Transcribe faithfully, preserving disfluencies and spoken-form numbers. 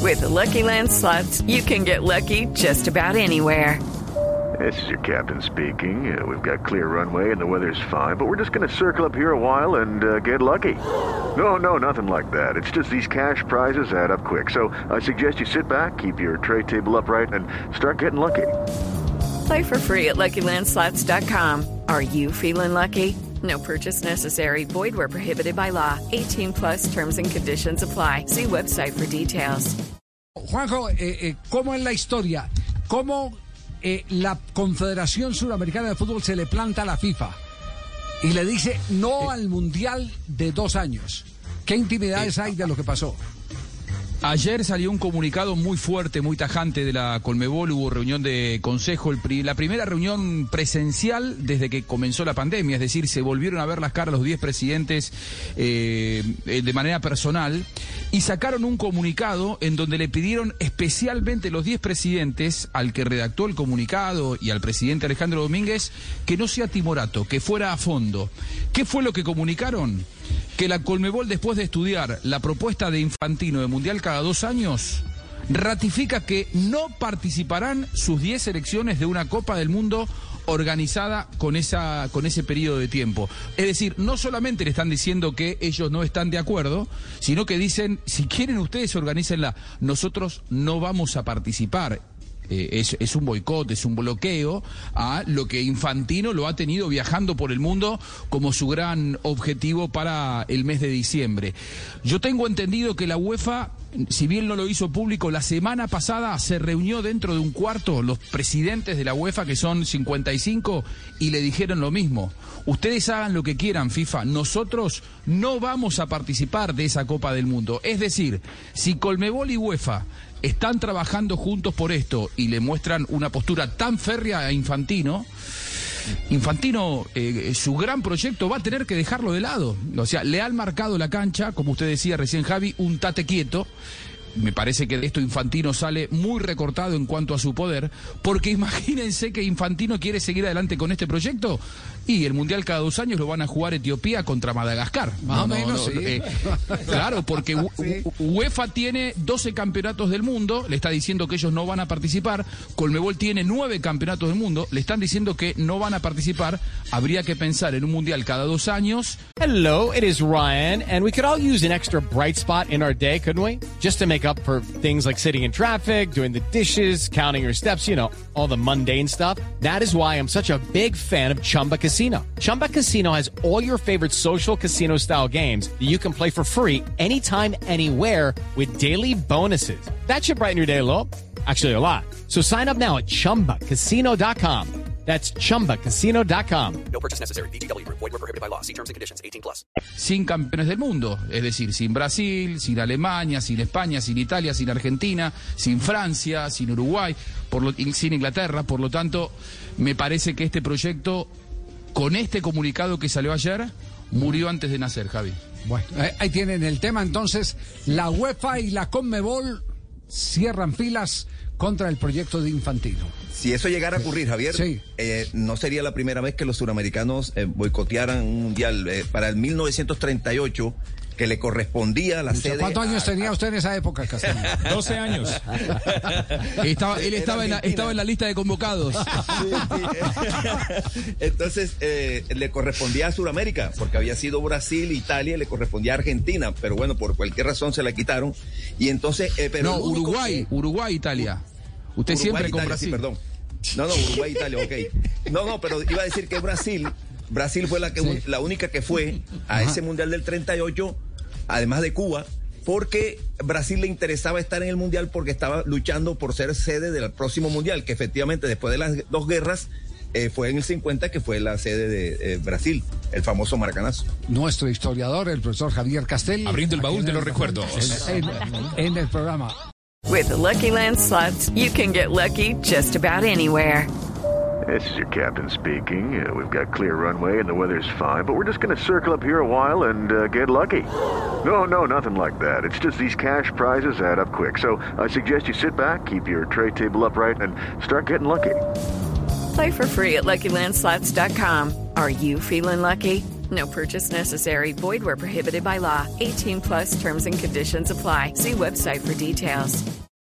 With the Lucky Land Slots, you can get lucky just about anywhere. This is your captain speaking. Uh, we've got clear runway and the weather's fine, but we're just going to circle up here a while and uh, get lucky. No, no, nothing like that. It's just these cash prizes add up quick. So I suggest you sit back, keep your tray table upright, and start getting lucky. Play for free at Lucky Land Slots dot com. Are you feeling lucky? No purchase necessary. Void where prohibited by law. eighteen plus terms and conditions apply. See website for details. Juanjo, eh, eh, ¿cómo es la historia? ¿Cómo eh, la Confederación Suramericana de Fútbol se le planta a la FIFA y le dice no al Mundial de dos años? ¿Qué intimidades hay de lo que pasó? Ayer salió un comunicado muy fuerte, muy tajante de la Conmebol. Hubo reunión de consejo, el pri- la primera reunión presencial desde que comenzó la pandemia, es decir, se volvieron a ver las caras los diez presidentes eh, de manera personal y sacaron un comunicado en donde le pidieron especialmente los diez presidentes, al que redactó el comunicado y al presidente Alejandro Domínguez, que no sea timorato, que fuera a fondo. ¿Qué fue lo que comunicaron? Que la Conmebol, después de estudiar la propuesta de Infantino de Mundial cada dos años, ratifica que no participarán sus diez selecciones de una Copa del Mundo organizada con esa con ese periodo de tiempo. Es decir, no solamente le están diciendo que ellos no están de acuerdo, sino que dicen, si quieren ustedes organícenla, nosotros no vamos a participar. Eh, es, es un boicot, es un bloqueo a lo que Infantino lo ha tenido viajando por el mundo como su gran objetivo para el mes de diciembre. Yo tengo entendido que la UEFA, si bien no lo hizo público, la semana pasada se reunió dentro de un cuarto los presidentes de la UEFA, que son cincuenta y cinco, y le dijeron lo mismo. Ustedes hagan lo que quieran, FIFA, nosotros no vamos a participar de esa Copa del Mundo. Es decir, si Conmebol y UEFA están trabajando juntos por esto y le muestran una postura tan férrea a Infantino, Infantino, eh, su gran proyecto va a tener que dejarlo de lado. O sea, le han marcado la cancha, como usted decía recién, Javi, un tate quieto. Me parece que de esto Infantino sale muy recortado en cuanto a su poder, porque imagínense que Infantino quiere seguir adelante con este proyecto y el Mundial cada dos años lo van a jugar Etiopía contra Madagascar. Más no, o no, menos, no, sí. eh, claro, porque U- Sí. U- UEFA tiene doce campeonatos del mundo, le está diciendo que ellos no van a participar. Conmebol tiene nueve campeonatos del mundo, le están diciendo que no van a participar. Habría que pensar en un Mundial cada dos años. Hello, it is Ryan, and we could all use an extra bright spot in our day, couldn't we? Just to make up for things like sitting in traffic, doing the dishes, counting your steps, you know, all the mundane stuff. That is why I'm such a big fan of Chumba Casino. Chumba Casino has all your favorite social casino-style games that you can play for free anytime, anywhere with daily bonuses. That should brighten your day a little. Actually, a lot. So sign up now at chumba casino dot com. That's chumba casino dot com. No purchase necessary. V G W Group. Void where prohibited by law. See terms and conditions. eighteen plus. Sin campeones del mundo, es decir, sin Brasil, sin Alemania, sin España, sin Italia, sin Argentina, sin Francia, sin Uruguay, por lo, sin Inglaterra. Por lo tanto, me parece que este proyecto, con este comunicado que salió ayer, murió antes de nacer, Javi. Bueno, eh, ahí tienen el tema. Entonces, la UEFA y la Conmebol cierran filas contra el proyecto de Infantino. Si eso llegara a ocurrir, Javier, Sí. eh, no sería la primera vez que los suramericanos eh, boicotearan un mundial. Eh, para el mil novecientos treinta y ocho, que le correspondía la sede... ¿Cuántos años a- tenía a- usted en esa época, Castaño? doce años. Estaba, él estaba en, la, estaba en la lista de convocados. Sí, sí. Entonces, eh, le correspondía a Sudamérica, porque había sido Brasil, Italia, le correspondía a Argentina, pero bueno, por cualquier razón se la quitaron. Y entonces... eh, pero No, el único Uruguay, que- Uruguay, Italia. Usted Uruguay, siempre con Italia, Brasil. sí, perdón. No, no, Uruguay, Italia, ok. No, no, pero iba a decir que Brasil, Brasil fue la que Sí. la única que fue a ese Mundial del treinta y ocho, además de Cuba, porque Brasil le interesaba estar en el Mundial porque estaba luchando por ser sede del próximo Mundial, que efectivamente después de las dos guerras eh, fue en el cincuenta que fue la sede de eh, Brasil, el famoso Maracanazo. Nuestro historiador, el profesor Javier Castel. Abriendo el baúl aquí de en los recuerdos. En, en- en el programa. With the Lucky Land Slots, you can get lucky just about anywhere. This is your captain speaking. Uh, we've got clear runway and the weather's fine, but we're just going to circle up here a while and uh, get lucky. No, no, nothing like that. It's just these cash prizes add up quick. So I suggest you sit back, keep your tray table upright, and start getting lucky. Play for free at Lucky Land Slots dot com. Are you feeling lucky? No purchase necessary. Void where prohibited by law. eighteen plus terms and conditions apply. See website for details.